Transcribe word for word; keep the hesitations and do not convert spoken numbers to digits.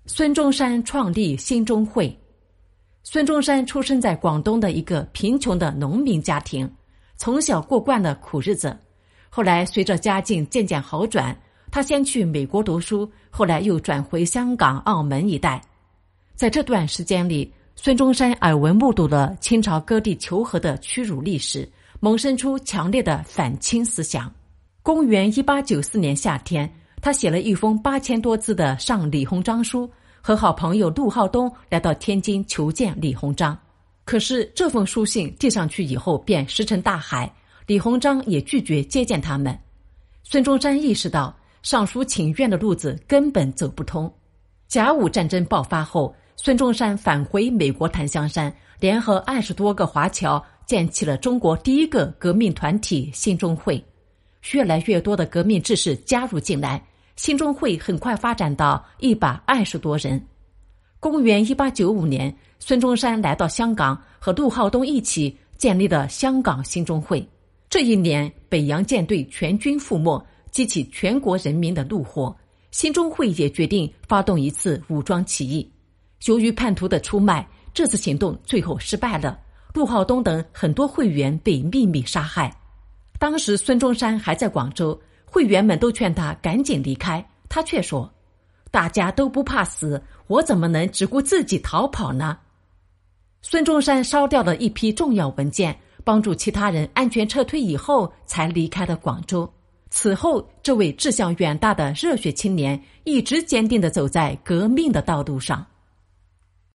孙中山创立兴中会。孙中山出生在广东的一个贫穷的农民家庭，从小过惯了苦日子。后来随着家境渐渐好转，他先去美国读书，后来又转回香港、澳门一带。在这段时间里，孙中山耳闻目睹了清朝割地求和的屈辱历史，萌生出强烈的反清思想。公元一八九四年夏天，他写了一封八千多字的上李鸿章书，和好朋友陆浩东来到天津求见李鸿章。可是这封书信递上去以后便石沉大海，李鸿章也拒绝接见他们。孙中山意识到上书请愿的路子根本走不通。甲午战争爆发后，孙中山返回美国檀香山，联合二十多个华侨建起了中国第一个革命团体兴中会。越来越多的革命志士加入进来，兴中会很快发展到一百二十多人。公元一八九五年，孙中山来到香港，和陆浩东一起建立了香港兴中会。这一年，北洋舰队全军覆没，激起全国人民的怒火。兴中会也决定发动一次武装起义。由于叛徒的出卖，这次行动最后失败了，陆浩东等很多会员被秘密杀害。当时孙中山还在广州，会员们都劝他赶紧离开，他却说：大家都不怕死，我怎么能只顾自己逃跑呢？孙中山烧掉了一批重要文件，帮助其他人安全撤退以后，才离开了广州。此后，这位志向远大的热血青年一直坚定地走在革命的道路上。